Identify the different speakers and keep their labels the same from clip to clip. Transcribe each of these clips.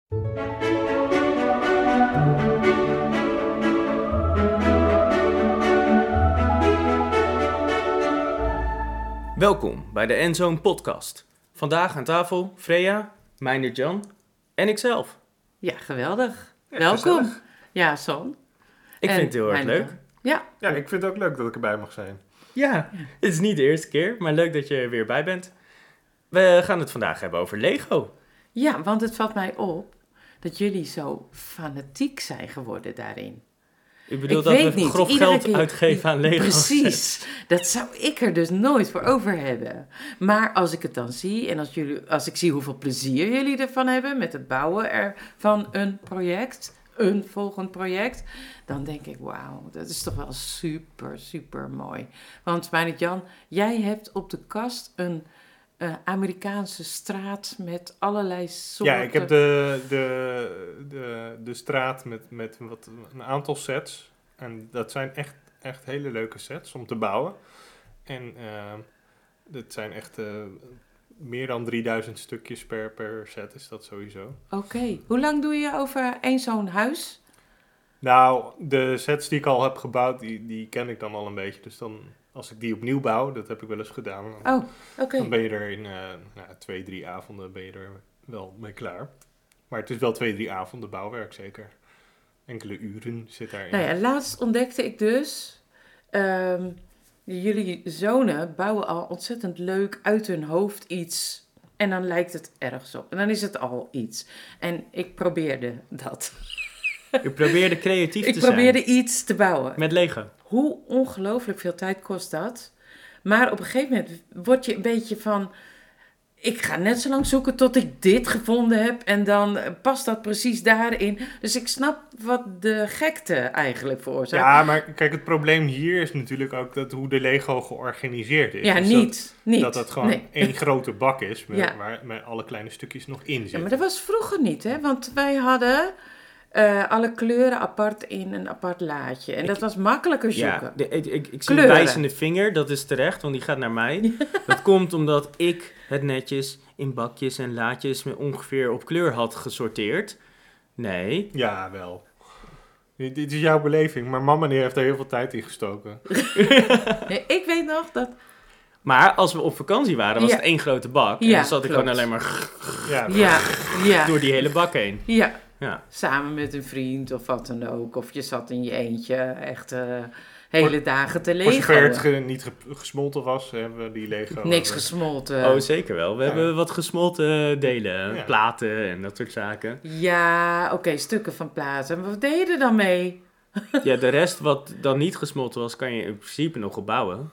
Speaker 1: Welkom bij de Endzone podcast. Vandaag aan tafel Freya, Meindert Jan en ikzelf.
Speaker 2: Ja, geweldig.
Speaker 3: Ja,
Speaker 2: Welkom.
Speaker 3: gezellig.
Speaker 2: Ja, Son.
Speaker 1: Ik vind het heel erg
Speaker 2: Meindert
Speaker 1: leuk.
Speaker 2: Jan.
Speaker 3: Ja, ik vind het ook leuk dat ik erbij mag zijn.
Speaker 1: Ja, het is niet de eerste keer, maar leuk dat je er weer bij bent. We gaan het vandaag hebben over Lego.
Speaker 2: Ja, want het valt mij op dat jullie zo fanatiek zijn geworden daarin.
Speaker 1: Ik bedoel
Speaker 2: Ik
Speaker 1: dat
Speaker 2: weet
Speaker 1: we
Speaker 2: niet,
Speaker 1: grof
Speaker 2: iedere
Speaker 1: geld
Speaker 2: keer-
Speaker 1: uitgeven aan Lego.
Speaker 2: Precies. Dat zou ik er dus nooit voor over hebben. Maar als ik het dan zie en als ik zie hoeveel plezier jullie ervan hebben met het bouwen van een project, een volgend project, dan denk ik, wauw, dat is toch wel super, super mooi. Want Meindert Jan, jij hebt op de kast een Amerikaanse straat met allerlei soorten...
Speaker 3: Ja, ik heb de straat met een aantal sets. En dat zijn echt hele leuke sets om te bouwen. En dat zijn echt meer dan 3000 stukjes per set is dat sowieso.
Speaker 2: Oké. Hoe lang doe je over één zo'n huis?
Speaker 3: Nou, de sets die ik al heb gebouwd, die ken ik dan al een beetje. Dus dan, als ik die opnieuw bouw, dat heb ik wel eens gedaan.
Speaker 2: Oh, oké.
Speaker 3: Dan ben je er in 2-3 avonden ben je er wel mee klaar. Maar het is wel 2-3 avonden bouwwerk, zeker. Enkele uren zit daarin.
Speaker 2: Nou ja, laatst ontdekte ik dus... jullie zonen bouwen al ontzettend leuk uit hun hoofd iets. En dan lijkt het ergens op. En dan is het al iets. En ik probeerde dat.
Speaker 1: Ik probeerde creatief
Speaker 2: Ik
Speaker 1: te zijn.
Speaker 2: probeerde iets te bouwen.
Speaker 1: Met Lego.
Speaker 2: Hoe ongelooflijk veel tijd kost dat? Maar op een gegeven moment word je een beetje van... Ik ga net zo lang zoeken tot ik dit gevonden heb. En dan past dat precies daarin. Dus ik snap wat de gekte eigenlijk veroorzaakt.
Speaker 3: Ja, maar kijk, het probleem hier is natuurlijk ook dat hoe de Lego georganiseerd is.
Speaker 2: Ja,
Speaker 3: Dus
Speaker 2: niet.
Speaker 3: Dat het gewoon
Speaker 2: Nee.
Speaker 3: één grote bak is,
Speaker 2: Ja.
Speaker 3: waar met alle kleine stukjes nog in
Speaker 2: Ja,
Speaker 3: zitten.
Speaker 2: maar dat was vroeger niet, hè? Want wij hadden alle kleuren apart in een apart laadje. En dat was makkelijker zoeken.
Speaker 1: Ja, ik zie een
Speaker 2: Kleuren.
Speaker 1: wijzende vinger, dat is terecht, want die gaat naar mij. Dat komt omdat ik het netjes in bakjes en laadjes met ongeveer op kleur had gesorteerd. Nee.
Speaker 3: Ja, wel. Dit is jouw beleving, maar mama die heeft er heel veel tijd in gestoken.
Speaker 2: Nee, ik weet nog dat...
Speaker 1: Maar als we op vakantie waren, was
Speaker 2: Ja.
Speaker 1: het één grote bak. En
Speaker 2: Ja,
Speaker 1: dan zat ik
Speaker 2: klopt.
Speaker 1: gewoon alleen maar
Speaker 3: Ja,
Speaker 1: door die hele bak heen.
Speaker 2: Ja,
Speaker 1: Ja.
Speaker 2: samen met een vriend of wat dan ook. Of je zat in je eentje echt hele dagen te
Speaker 3: voor zover het
Speaker 2: Lego.
Speaker 3: niet gesmolten was, hebben we die Lego...
Speaker 2: Niks gesmolten.
Speaker 1: Oh, zeker wel. We hebben wat gesmolten delen,
Speaker 3: Ja.
Speaker 1: platen en dat soort zaken.
Speaker 2: Ja, oké, stukken van platen. Maar wat deed je er dan mee?
Speaker 1: Ja, de rest wat dan niet gesmolten was, kan je in principe nog opbouwen.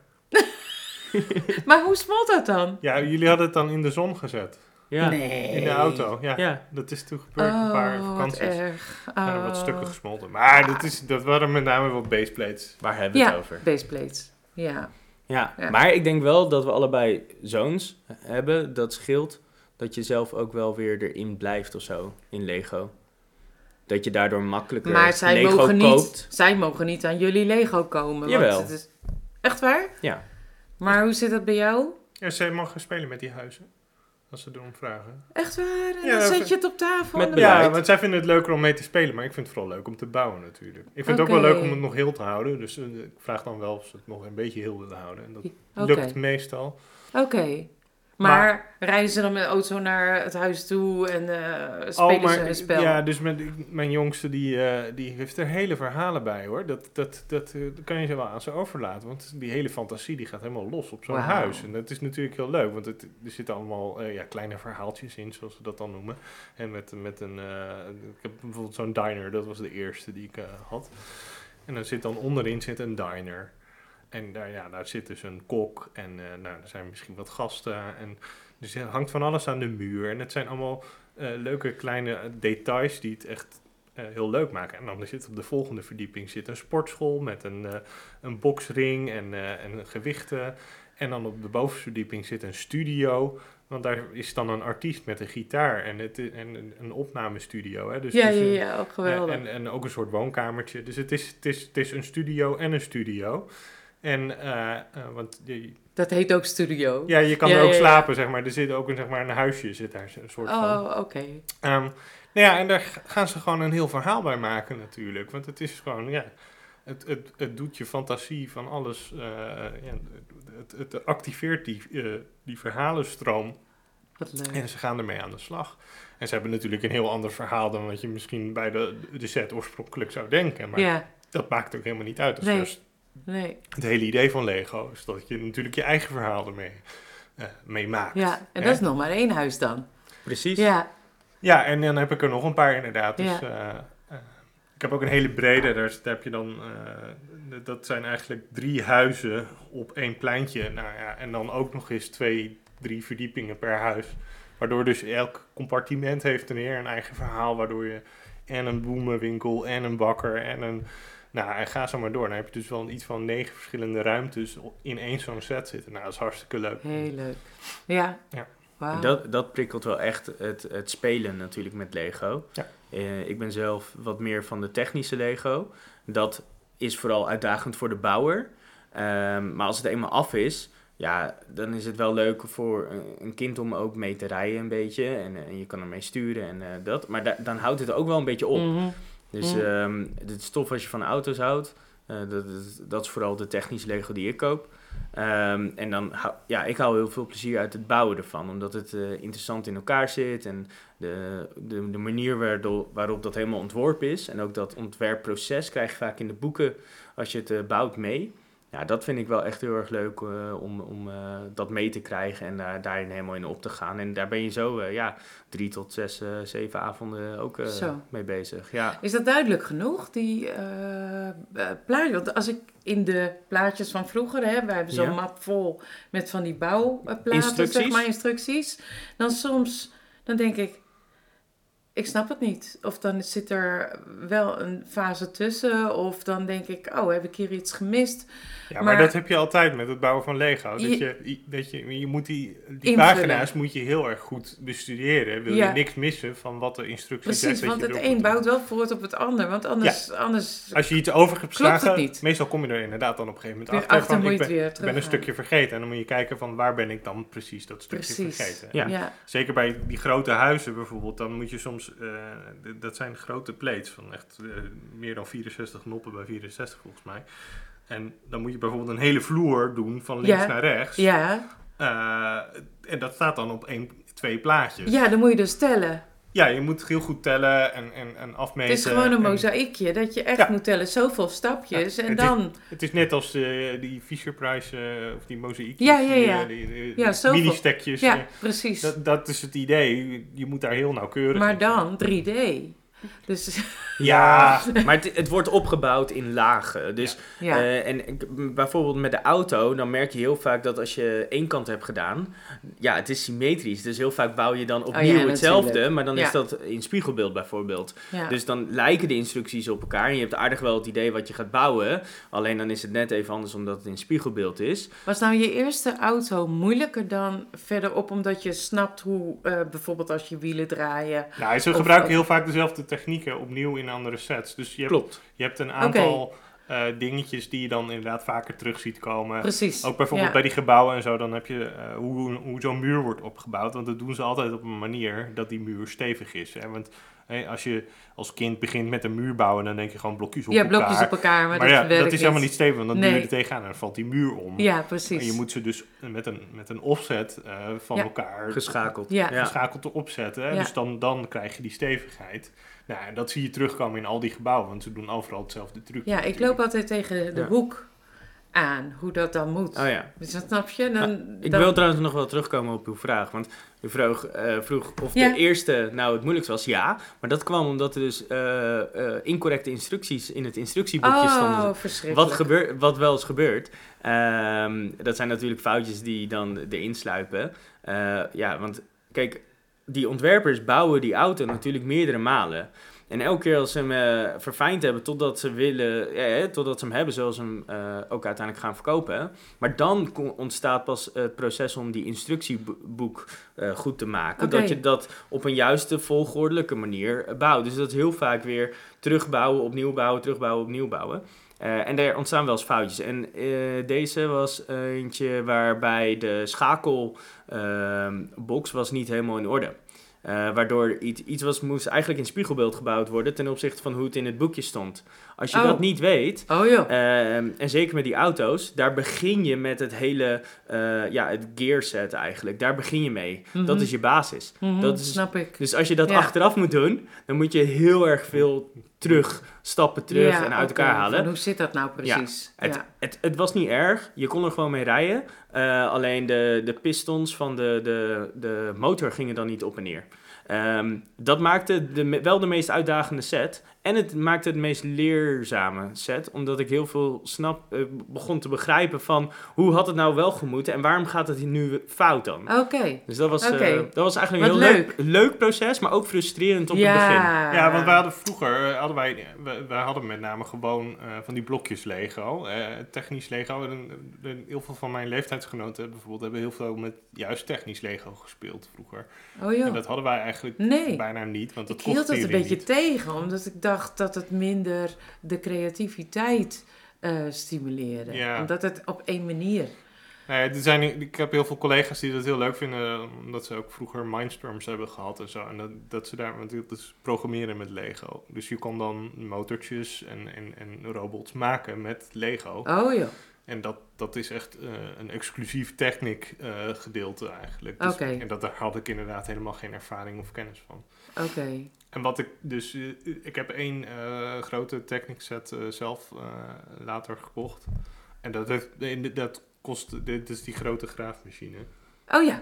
Speaker 2: Maar hoe smolt dat dan?
Speaker 3: Ja, jullie hadden het dan in de zon gezet.
Speaker 1: Ja.
Speaker 2: Nee.
Speaker 3: In de auto, ja.
Speaker 1: Ja.
Speaker 3: Dat is toen gebeurd, een paar
Speaker 2: Wat
Speaker 3: vakanties.
Speaker 2: erg.
Speaker 3: Zijn er wat
Speaker 2: Oh.
Speaker 3: stukken gesmolten. Maar dat waren met name wel baseplates.
Speaker 1: Waar hebben we het
Speaker 2: Ja,
Speaker 1: over?
Speaker 2: baseplates. Ja.
Speaker 1: Ja,
Speaker 2: Ja.
Speaker 1: maar ik denk wel dat we allebei zoons hebben. Dat scheelt dat je zelf ook wel weer erin blijft of zo, in Lego. Dat je daardoor makkelijker
Speaker 2: Maar zij
Speaker 1: Lego
Speaker 2: mogen niet aan jullie Lego komen.
Speaker 1: Jawel.
Speaker 2: Want het is... Echt waar?
Speaker 1: Ja.
Speaker 2: Maar hoe zit dat bij jou?
Speaker 3: Ja, zij mogen spelen met die huizen. Als ze erom vragen.
Speaker 2: Echt waar? En
Speaker 3: Ja,
Speaker 2: dan zet je het op tafel.
Speaker 1: met
Speaker 2: en dan-
Speaker 1: beleid.
Speaker 3: Ja, want zij vinden het leuker om mee te spelen. Maar ik vind het vooral leuk om te bouwen natuurlijk. Ik vind het ook
Speaker 2: Oké.
Speaker 3: wel leuk om het nog heel te houden. Dus ik vraag dan wel of ze het nog een beetje heel willen houden. En dat
Speaker 2: Oké.
Speaker 3: lukt meestal.
Speaker 2: Oké. Maar rijden ze dan met de auto naar het huis toe en spelen ze een spel?
Speaker 3: Ja, dus mijn jongste die heeft er hele verhalen bij hoor. Dat kan je ze wel aan ze overlaten. Want die hele fantasie die gaat helemaal los op zo'n
Speaker 2: Wauw.
Speaker 3: huis. En dat is natuurlijk heel leuk. Want er zitten allemaal kleine verhaaltjes in, zoals we dat dan noemen. En met een... ik heb bijvoorbeeld zo'n diner. Dat was de eerste die ik had. En dan zit dan onderin een diner. En daar zit dus een kok en er zijn misschien wat gasten. En dus er hangt van alles aan de muur. En het zijn allemaal leuke kleine details die het echt heel leuk maken. En dan zit op de volgende verdieping zit een sportschool met een boksring en gewichten. En dan op de bovenverdieping zit een studio. Want daar is dan een artiest met een gitaar en een opnamestudio. Hè? Dus
Speaker 2: ja,
Speaker 3: het is
Speaker 2: ja, ook geweldig.
Speaker 3: en ook een soort woonkamertje. Dus het is een studio en een studio. En, want
Speaker 2: Dat heet ook studio.
Speaker 3: ja, je kan er ook slapen, zeg maar. Er zit ook een huisje, zit daar een soort van.
Speaker 2: Oh, oké.
Speaker 3: Nou ja, en daar gaan ze gewoon een heel verhaal bij maken natuurlijk. Want het is gewoon, ja, het doet je fantasie van alles. Het activeert die verhalenstroom.
Speaker 2: Wat leuk.
Speaker 3: En ze gaan ermee aan de slag. En ze hebben natuurlijk een heel ander verhaal dan wat je misschien bij de set oorspronkelijk zou denken. Maar dat maakt ook helemaal niet uit. Dat is juist het hele idee van Lego. Is dat je natuurlijk je eigen verhaal ermee mee maakt.
Speaker 2: Ja, en dat is nog maar 1 huis dan.
Speaker 1: Precies.
Speaker 3: Ja, en dan heb ik er nog een paar inderdaad. Dus ik heb ook een hele brede. Daar heb je dan... dat zijn eigenlijk 3 huizen op 1 pleintje. Nou ja, en dan ook nog eens 2, 3 verdiepingen per huis. Waardoor dus elk compartiment heeft weer een eigen verhaal. Waardoor je en een bloemenwinkel en een bakker en een... Nou, en ga zo maar door. Dan heb je dus wel iets van 9 verschillende ruimtes in één zo'n set zitten. Nou, dat is hartstikke leuk.
Speaker 2: Heel leuk. Ja.
Speaker 1: Wow. Dat prikkelt wel echt het spelen natuurlijk met Lego. Ja. Ik ben zelf wat meer van de technische Lego. Dat is vooral uitdagend voor de bouwer. Maar als het eenmaal af is, ja, dan is het wel leuk voor een kind om ook mee te rijden een beetje. En je kan ermee sturen en dat. Maar dan houdt het ook wel een beetje op.
Speaker 2: Mm-hmm.
Speaker 1: Dus het stof als je van auto's houdt, dat is vooral de technische Lego die ik koop. En dan, ik hou heel veel plezier uit het bouwen ervan, omdat het interessant in elkaar zit en de manier waarop dat helemaal ontworpen is. En ook dat ontwerpproces krijg je vaak in de boeken als je het bouwt mee. Ja, dat vind ik wel echt heel erg leuk om dat mee te krijgen en daarin helemaal in op te gaan. En daar ben je zo 3 tot 6, 7 avonden ook mee bezig. Ja.
Speaker 2: Is dat duidelijk genoeg, die plaatjes? Want als ik in de plaatjes van vroeger, we hebben zo'n map vol met van die bouwplaten, zeg maar, instructies. Dan soms, denk ik snap het niet. Of dan zit er wel een fase tussen. Of dan denk ik, heb ik hier iets gemist.
Speaker 3: Ja, maar dat heb je altijd met het bouwen van Lego. Je moet die pagina's moet je heel erg goed bestuderen. Wil je niks missen van wat de instructies zijn.
Speaker 2: Precies, want het een bouwt wel voort op het ander. Want anders
Speaker 3: als je iets over hebt geslagen,
Speaker 2: niet.
Speaker 3: Meestal kom je er inderdaad dan op een gegeven moment
Speaker 2: achter
Speaker 3: van,
Speaker 2: ik
Speaker 3: ben een stukje vergeten. En dan moet je kijken van waar ben ik dan precies dat stukje vergeten.
Speaker 1: Ja.
Speaker 3: Zeker bij die grote huizen bijvoorbeeld, dan moet je soms... dat zijn grote plates van echt meer dan 64 noppen bij 64 volgens mij. En dan moet je bijvoorbeeld een hele vloer doen van links naar rechts.
Speaker 2: Ja.
Speaker 3: En dat staat dan op 2 plaatjes.
Speaker 2: Ja, dan moet je dus tellen.
Speaker 3: Ja, je moet heel goed tellen en afmeten.
Speaker 2: Het is gewoon een mozaïekje, dat je echt moet tellen. Zoveel stapjes
Speaker 3: Het is net als die Fisher-Price of die mozaïekjes.
Speaker 2: Ja.
Speaker 3: Mini-stekjes.
Speaker 2: Ja, precies.
Speaker 3: Dat is het idee. Je moet daar heel nauwkeurig
Speaker 2: maar dan 3D. Dus...
Speaker 1: Ja, maar het wordt opgebouwd in lagen. Dus, en bijvoorbeeld met de auto, dan merk je heel vaak dat als je 1 kant hebt gedaan, het is symmetrisch. Dus heel vaak bouw je dan opnieuw hetzelfde, maar dan is dat in spiegelbeeld bijvoorbeeld. Ja. Dus dan lijken de instructies op elkaar en je hebt aardig wel het idee wat je gaat bouwen. Alleen dan is het net even anders omdat het in spiegelbeeld is.
Speaker 2: Was nou je eerste auto moeilijker dan verderop, omdat je snapt hoe bijvoorbeeld als je wielen draaien?
Speaker 3: Nou, ze gebruiken heel vaak dezelfde technieken opnieuw in andere sets. Dus je hebt een aantal dingetjes die je dan inderdaad vaker terug ziet komen.
Speaker 2: Precies.
Speaker 3: Ook bijvoorbeeld bij die gebouwen en zo, dan heb je hoe zo'n muur wordt opgebouwd. Want dat doen ze altijd op een manier dat die muur stevig is. Hè? Want als je als kind begint met een muur bouwen, dan denk je gewoon blokjes op elkaar. Ja,
Speaker 2: blokjes op elkaar, maar
Speaker 3: dat is helemaal niet stevig, want dan duw je er tegenaan en dan valt die muur om.
Speaker 2: Ja, precies.
Speaker 3: En je moet ze dus met een offset van elkaar geschakeld opzetten. Ja. Dus dan krijg je die stevigheid. Nou, en dat zie je terugkomen in al die gebouwen, want ze doen overal hetzelfde trucje.
Speaker 2: Ja, ik loop altijd tegen de hoek aan, hoe dat dan moet.
Speaker 1: Oh ja.
Speaker 2: Dus dat snap je?
Speaker 1: Ik wil trouwens nog wel terugkomen op uw vraag, want u vroeg of de eerste nou het moeilijkst was. Ja, maar dat kwam omdat er dus incorrecte instructies in het instructieboekje stonden.
Speaker 2: Verschrikkelijk.
Speaker 1: Wat wel eens gebeurt. Dat zijn natuurlijk foutjes die dan erin sluipen. Want kijk, die ontwerpers bouwen die auto natuurlijk meerdere malen. En elke keer als ze hem verfijnd hebben totdat ze hem hebben, zoals ze hem ook uiteindelijk gaan verkopen. Maar dan ontstaat pas het proces om die instructieboek goed te maken. Okay. Dat je dat op een juiste volgordelijke manier bouwt. Dus dat is heel vaak weer terugbouwen, opnieuw bouwen, terugbouwen, opnieuw bouwen. En daar ontstaan wel eens foutjes. En deze was eentje waarbij de schakelbox was niet helemaal in orde. Waardoor iets moest eigenlijk in spiegelbeeld gebouwd worden ten opzichte van hoe het in het boekje stond. Als je dat niet weet, en zeker met die auto's, daar begin je met het hele, het gearset eigenlijk. Daar begin je mee. Dat is je basis. Dat is,
Speaker 2: snap ik.
Speaker 1: Dus als je dat achteraf moet doen, dan moet je heel erg veel stappen terug en uit elkaar halen.
Speaker 2: Hoe zit dat nou precies?
Speaker 1: Het was niet erg. Je kon er gewoon mee rijden. Alleen de pistons van de motor gingen dan niet op en neer. Dat maakte wel de meest uitdagende set. En het maakte het meest leerzame set. Omdat ik heel veel begon te begrijpen van hoe had het nou wel gemoeten en waarom gaat het nu fout dan?
Speaker 2: Oké.
Speaker 1: Dus dat was eigenlijk een heel leuk proces, maar ook frustrerend op het begin.
Speaker 3: Ja, want wij hadden vroeger, wij hadden met name gewoon van die blokjes Lego. Technisch Lego. En heel veel van mijn leeftijdsgenoten bijvoorbeeld hebben heel veel met juist technisch Lego gespeeld vroeger.
Speaker 2: Oh joh.
Speaker 3: En dat hadden wij eigenlijk bijna niet. Want dat
Speaker 2: ik hield het een beetje tegen, omdat ik dacht dat het minder de creativiteit stimuleerde. Ja. Omdat het op één manier...
Speaker 3: Ik heb heel veel collega's die dat heel leuk vinden, omdat ze ook vroeger Mindstorms hebben gehad en zo. En dat ze daar, want dat is programmeren met Lego. Dus je kan dan motortjes en robots maken met Lego.
Speaker 2: Oh ja.
Speaker 3: En dat is echt een exclusief Technic gedeelte eigenlijk. Dus, en daar had ik inderdaad helemaal geen ervaring of kennis van.
Speaker 2: Oké.
Speaker 3: En ik heb 1 grote Technic set zelf later gekocht. En dat kost, dit is die grote graafmachine.
Speaker 2: Oh ja.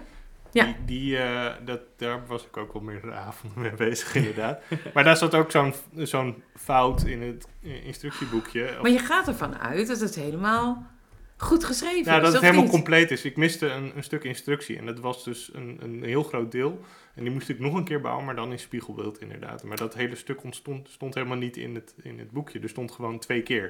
Speaker 3: Ja. Daar was ik ook wel meerdere avonden mee bezig inderdaad. Maar daar zat ook zo'n fout in het instructieboekje.
Speaker 2: Maar je gaat ervan uit dat het helemaal goed geschreven is,
Speaker 3: dat het helemaal
Speaker 2: niet?
Speaker 3: compleet is. Ik miste een stuk instructie en dat was dus een heel groot deel. En die moest ik nog een keer bouwen, maar dan in spiegelbeeld inderdaad. Maar dat hele stuk stond helemaal niet in het boekje. Er stond gewoon 2 keer.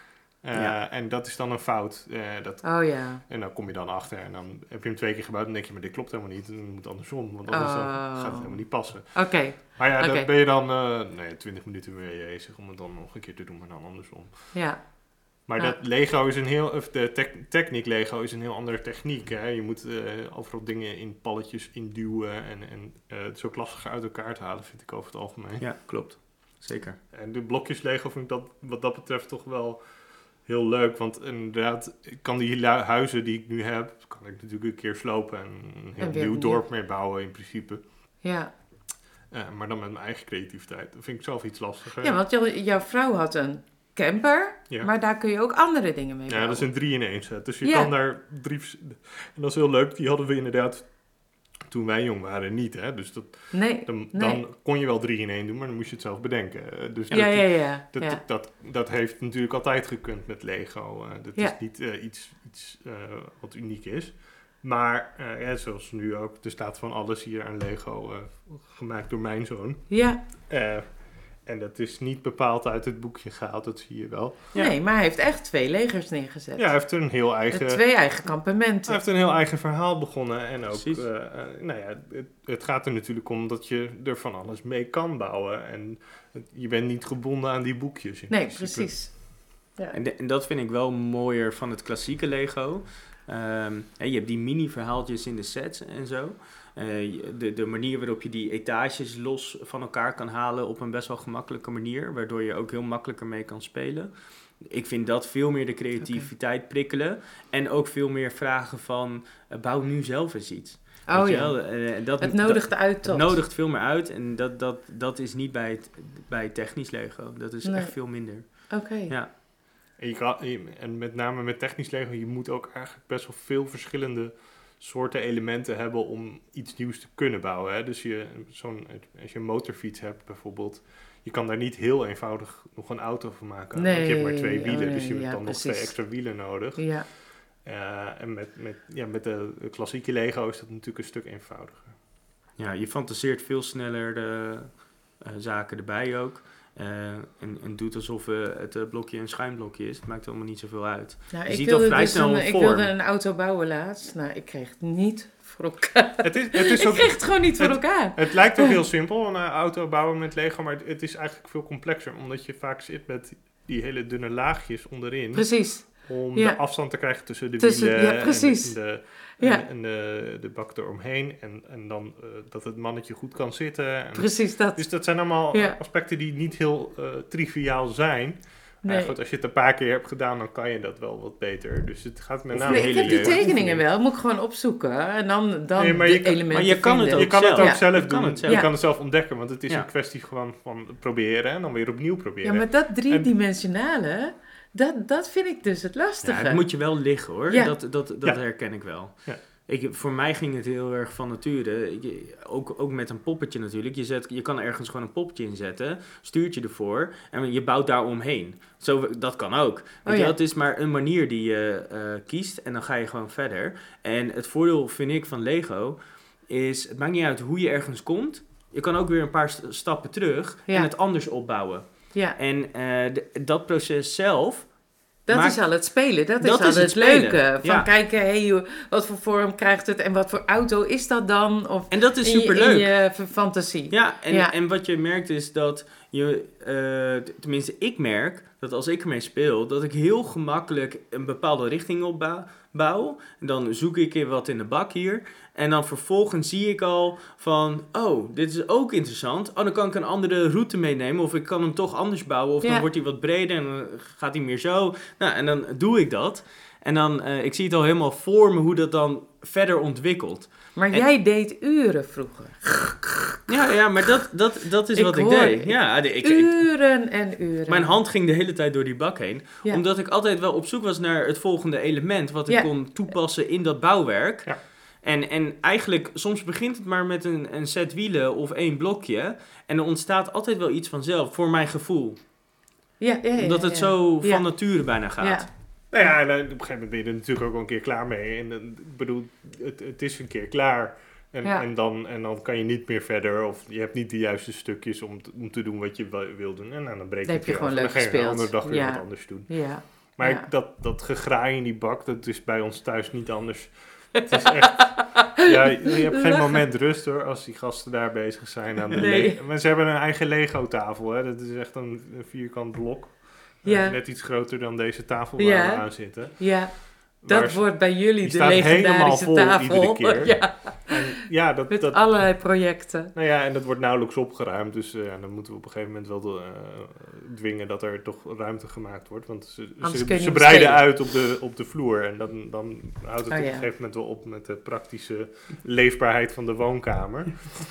Speaker 3: En dat is dan een fout. En dan kom je dan achter en dan heb je hem 2 keer gebouwd en denk je, maar dit klopt helemaal niet. Het moet andersom, want anders gaat het helemaal niet passen.
Speaker 2: Oké.
Speaker 3: Maar dan ben je dan 20 minuten weer bezig om het dan nog een keer te doen, maar dan andersom.
Speaker 2: Ja.
Speaker 3: Maar dat Lego is de Technic Lego is een heel andere techniek. Hè? Je moet overal dingen in palletjes induwen en het is ook lastiger uit elkaar te halen, vind ik over het algemeen.
Speaker 1: Ja, klopt. Zeker.
Speaker 3: En de blokjes Lego vind ik dat wat dat betreft toch wel heel leuk. Want inderdaad, ik kan die huizen die ik nu heb, kan ik natuurlijk een keer slopen en een heel nieuw dorp mee bouwen in principe.
Speaker 2: Ja.
Speaker 3: Maar dan met mijn eigen creativiteit. Dat vind ik zelf iets lastiger.
Speaker 2: Ja, want jouw vrouw had een camper, maar daar kun je ook andere dingen mee bouwen.
Speaker 3: Ja, dat is een 3-in-1 set. Dus je kan daar 3... En dat is heel leuk. Die hadden we inderdaad toen wij jong waren niet. Hè? Dus dan kon je wel 3-in-1 doen, maar dan moest je het zelf bedenken. Dus dat heeft natuurlijk altijd gekund met Lego. Dat is niet iets wat uniek is. Maar zoals nu ook, er staat van alles hier aan Lego gemaakt door mijn zoon.
Speaker 2: Ja.
Speaker 3: En dat is niet bepaald uit het boekje gehaald, dat zie je wel.
Speaker 2: Ja. Nee, maar hij heeft echt 2 legers neergezet.
Speaker 3: Ja, hij heeft een heel eigen...
Speaker 2: 2 eigen kampementen.
Speaker 3: Hij heeft een heel eigen verhaal begonnen. En ook, het gaat er natuurlijk om dat je er van alles mee kan bouwen. En je bent niet gebonden aan die boekjes.
Speaker 2: Nee, precies.
Speaker 1: Ja. En dat vind ik wel mooier van het klassieke Lego. Je hebt die mini-verhaaltjes in de sets en zo. De manier waarop je die etages los van elkaar kan halen op een best wel gemakkelijke manier, waardoor je ook heel makkelijker mee kan spelen. Ik vind dat veel meer de creativiteit prikkelen en ook veel meer vragen van bouw nu zelf eens iets.
Speaker 2: Oh ja, het nodigt uit tot.
Speaker 1: Het nodigt veel meer uit en dat is niet bij technisch Lego. Dat is echt veel minder.
Speaker 2: Oké.
Speaker 1: Ja.
Speaker 3: En met name met technisch Lego, je moet ook eigenlijk best wel veel verschillende soorten elementen hebben om iets nieuws te kunnen bouwen. Hè? Dus als je een motorfiets hebt bijvoorbeeld, je kan daar niet heel eenvoudig nog een auto van maken.
Speaker 2: Nee,
Speaker 3: want je hebt maar 2 wielen, dus je hebt dan
Speaker 2: precies.
Speaker 3: nog 2 extra wielen nodig.
Speaker 2: Ja.
Speaker 3: En met de klassieke Lego is dat natuurlijk een stuk eenvoudiger.
Speaker 1: Ja, je fantaseert veel sneller de zaken erbij ook. En doet alsof het blokje een schuimblokje is. Het maakt allemaal niet zoveel uit.
Speaker 2: Nou,
Speaker 1: je ziet al vrij snel een
Speaker 2: ik
Speaker 1: vorm.
Speaker 2: wilde een auto bouwen laatst. Nou, ik kreeg het niet voor elkaar.
Speaker 3: Ik
Speaker 2: kreeg het gewoon niet voor elkaar.
Speaker 3: Het lijkt ook heel simpel, een auto bouwen met Lego, maar het is eigenlijk veel complexer. Omdat je vaak zit met die hele dunne laagjes onderin.
Speaker 2: Precies.
Speaker 3: Om
Speaker 2: Ja.
Speaker 3: de afstand te krijgen tussen de wielen
Speaker 2: Ja, precies.
Speaker 3: en de bak eromheen. En dan dat het mannetje goed kan zitten. En
Speaker 2: Precies dat.
Speaker 3: dus dat zijn allemaal
Speaker 2: Ja.
Speaker 3: aspecten die niet heel triviaal zijn.
Speaker 2: Nee.
Speaker 3: Goed, als je het een paar keer hebt gedaan, dan kan je dat wel wat beter. Dus het gaat met name
Speaker 2: Nee, ik heb die
Speaker 3: hele
Speaker 2: tekeningen wel. Moet ik gewoon opzoeken. En dan
Speaker 3: Nee, maar
Speaker 2: de
Speaker 3: je kan-
Speaker 2: elementen
Speaker 1: maar je kan het
Speaker 2: vinden.
Speaker 3: Je kan het ook
Speaker 2: Ja.
Speaker 3: zelf
Speaker 1: Je kan
Speaker 3: doen.
Speaker 1: het zelf.
Speaker 3: Je
Speaker 2: Ja.
Speaker 3: kan het zelf ontdekken, want het is
Speaker 1: Ja.
Speaker 3: een kwestie gewoon van proberen en dan weer opnieuw proberen.
Speaker 2: Ja, maar dat driedimensionale, dat vind ik dus het
Speaker 1: Ja,
Speaker 2: lastige.
Speaker 1: het moet je wel liggen hoor.
Speaker 2: Ja.
Speaker 1: Dat
Speaker 3: Ja.
Speaker 1: herken ik wel.
Speaker 3: Ja.
Speaker 1: Voor mij ging het heel erg van nature. Ook met een poppetje natuurlijk. Je kan ergens gewoon een poppetje inzetten. Stuurtje ervoor. En je bouwt daar omheen. Dat kan ook. Weet je
Speaker 2: ja.
Speaker 1: wel, het is maar een manier die je kiest. En dan ga je gewoon verder. En het voordeel vind ik van Lego is... Het maakt niet uit hoe je ergens komt. Je kan ook weer een paar stappen terug.
Speaker 2: Ja.
Speaker 1: En het anders opbouwen.
Speaker 2: Ja,
Speaker 1: En dat proces zelf...
Speaker 2: dat
Speaker 1: Maar-
Speaker 2: is al het spelen. Dat is
Speaker 1: Dat
Speaker 2: al
Speaker 1: is het
Speaker 2: het
Speaker 1: spelen.
Speaker 2: leuke. Van
Speaker 1: Ja.
Speaker 2: kijken, hey, wat voor vorm krijgt het en wat voor auto is dat dan? Of
Speaker 1: En dat is
Speaker 2: in
Speaker 1: superleuk.
Speaker 2: je fantasie.
Speaker 1: Ja,
Speaker 2: Ja.
Speaker 1: en wat je merkt is dat tenminste ik merk dat als ik ermee speel, dat ik heel gemakkelijk een bepaalde richting opbouw. En dan zoek ik weer wat in de bak hier. En dan vervolgens zie ik al van, oh, dit is ook interessant. Oh, dan kan ik een andere route meenemen. Of ik kan hem toch anders bouwen. Of
Speaker 2: Ja.
Speaker 1: dan wordt hij wat breder en dan gaat hij meer zo. Nou, en dan doe ik dat. En dan, ik zie het al helemaal voor me hoe dat dan verder ontwikkelt.
Speaker 2: Maar
Speaker 1: En-
Speaker 2: jij deed uren vroeger.
Speaker 1: Ja, maar dat is
Speaker 2: Ik
Speaker 1: wat ik
Speaker 2: hoor-
Speaker 1: deed. Ja,
Speaker 2: Uren en uren.
Speaker 1: mijn hand ging de hele tijd door die bak heen.
Speaker 2: Ja.
Speaker 1: Omdat ik altijd wel op zoek was naar het volgende element wat ik
Speaker 2: Ja.
Speaker 1: kon toepassen in dat bouwwerk.
Speaker 3: Ja.
Speaker 1: En eigenlijk, soms begint het maar met een set wielen of 1 blokje. En er ontstaat altijd wel iets vanzelf, voor mijn gevoel.
Speaker 2: Ja,
Speaker 1: Omdat het zo
Speaker 2: Ja.
Speaker 1: van nature bijna gaat.
Speaker 2: Ja.
Speaker 3: Nou ja, en op een gegeven moment ben je er natuurlijk ook wel een keer klaar mee. En ik bedoel, het is een keer klaar.
Speaker 2: Ja.
Speaker 3: En dan kan je niet meer verder. Of je hebt niet de juiste stukjes om te doen wat je wil doen. En dan breek
Speaker 2: Dan heb je
Speaker 3: het
Speaker 2: gewoon
Speaker 3: weer
Speaker 2: leuk
Speaker 3: af. Dan ga je een
Speaker 2: gespeeld.
Speaker 3: andere dag weer
Speaker 2: Ja.
Speaker 3: wat anders doen.
Speaker 2: Ja.
Speaker 3: Maar
Speaker 2: Ja.
Speaker 3: dat gegraai in die bak, dat is bij ons thuis niet anders. Het is echt... Ja, je hebt geen moment rust hoor, als die gasten daar bezig zijn aan de
Speaker 2: Nee.
Speaker 3: Maar ze hebben een eigen Lego-tafel, hè. Dat is echt een vierkant blok.
Speaker 2: Ja.
Speaker 3: Net iets groter dan deze tafel waar
Speaker 2: Ja.
Speaker 3: we aan zitten.
Speaker 2: Ja,
Speaker 3: Waar
Speaker 2: dat
Speaker 3: ze-
Speaker 2: wordt bij jullie
Speaker 3: die
Speaker 2: de
Speaker 3: staat helemaal
Speaker 2: legendarische
Speaker 3: vol
Speaker 2: tafel.
Speaker 3: iedere keer.
Speaker 2: Ja,
Speaker 3: En ja,
Speaker 2: met allerlei projecten.
Speaker 3: nou ja, en dat wordt nauwelijks opgeruimd. Dus dan moeten we op een gegeven moment wel dwingen dat er toch ruimte gemaakt wordt. Want
Speaker 2: Anders kun je
Speaker 3: ze
Speaker 2: niet
Speaker 3: breiden
Speaker 2: spelen.
Speaker 3: uit op de vloer. En dan houdt het
Speaker 2: Oh,
Speaker 3: op
Speaker 2: ja.
Speaker 3: een gegeven moment wel op met de praktische leefbaarheid van de woonkamer.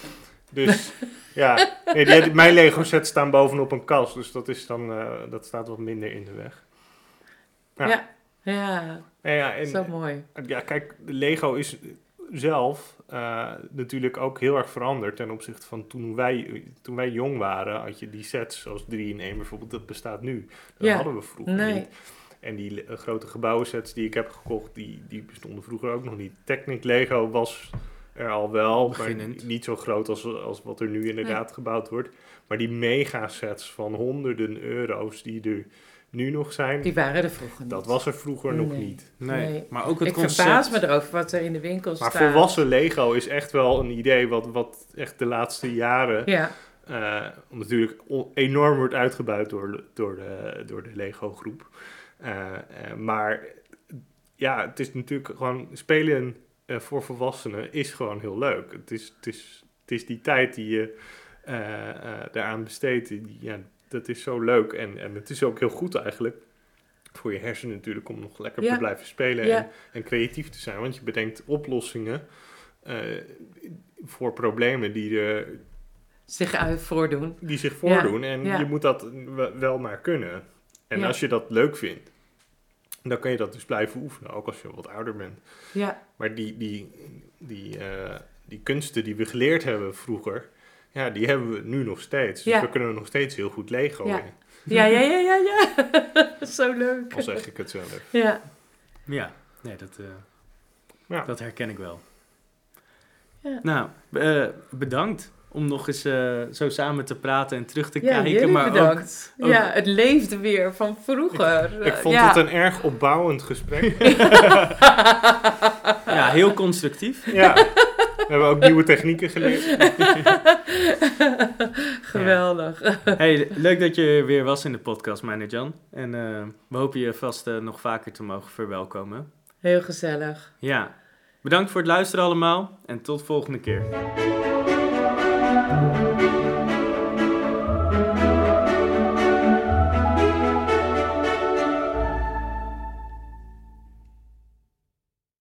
Speaker 3: Dus ja, nee, mijn Lego sets staan bovenop een kast. Dus dat is dan, dat staat wat minder in de weg. Ja.
Speaker 2: Ja, ja,
Speaker 3: Ja, en,
Speaker 2: zo mooi.
Speaker 3: ja, kijk, de Lego is zelf natuurlijk ook heel erg veranderd ten opzichte van toen wij jong waren. Had je die sets zoals 3-in-1 bijvoorbeeld, dat bestaat nu. Dat
Speaker 2: Ja,
Speaker 3: hadden we vroeger
Speaker 2: nee.
Speaker 3: niet. En die grote gebouwensets die ik heb gekocht, die bestonden vroeger ook nog niet. Technic Lego was er al wel, maar
Speaker 1: Beginnend.
Speaker 3: niet zo groot als wat er nu inderdaad gebouwd wordt. Maar die megasets van honderden euro's die er nu nog zijn,
Speaker 2: Die waren er vroeger niet.
Speaker 3: dat was er vroeger nog
Speaker 2: Nee.
Speaker 3: niet.
Speaker 1: Nee, maar ook het
Speaker 2: Ik
Speaker 1: concept...
Speaker 2: verbaas me erover wat er in de winkel
Speaker 3: Maar
Speaker 2: staat.
Speaker 3: volwassen Lego is echt wel een idee wat echt de laatste jaren
Speaker 2: Ja,
Speaker 3: natuurlijk enorm wordt uitgebuit door de Lego groep. Maar ja, het is natuurlijk gewoon spelen voor volwassenen is gewoon heel leuk. Het is die tijd die je daaraan besteedt, dat is zo leuk. En het is ook heel goed eigenlijk voor je hersenen natuurlijk om nog lekker
Speaker 2: Ja.
Speaker 3: te blijven spelen
Speaker 2: Ja.
Speaker 3: en creatief te zijn. Want je bedenkt oplossingen voor problemen
Speaker 2: zich uit voordoen.
Speaker 3: die zich voordoen. En
Speaker 2: ja.
Speaker 3: je moet dat wel maar kunnen. En
Speaker 2: Ja.
Speaker 3: als je dat leuk vindt, dan kan je dat dus blijven oefenen, ook als je wat ouder bent.
Speaker 2: Ja,
Speaker 3: Maar die kunsten die we geleerd hebben vroeger, ja, die hebben we nu nog steeds. Dus
Speaker 2: Ja.
Speaker 3: we kunnen nog steeds heel goed Lego
Speaker 2: Ja.
Speaker 3: in.
Speaker 2: ja. Zo leuk.
Speaker 3: Al zeg ik het zelf.
Speaker 2: Ja.
Speaker 1: Ja, nee,
Speaker 3: Ja.
Speaker 1: dat herken ik wel.
Speaker 2: Ja.
Speaker 1: Nou, bedankt om nog eens zo samen te praten en terug te
Speaker 2: Ja,
Speaker 1: kijken.
Speaker 2: jullie
Speaker 1: Maar
Speaker 2: bedankt.
Speaker 1: ook-
Speaker 2: Ja, het leefde weer van vroeger.
Speaker 3: Ik vond
Speaker 2: ja.
Speaker 3: het een erg opbouwend gesprek.
Speaker 1: ja, heel constructief.
Speaker 3: Ja. hebben ook nieuwe technieken geleerd.
Speaker 2: Geweldig.
Speaker 1: Hey, leuk dat je weer was in de podcast, Jan. En we hopen je vast nog vaker te mogen verwelkomen.
Speaker 2: Heel gezellig.
Speaker 1: Ja, bedankt voor het luisteren allemaal en tot volgende keer.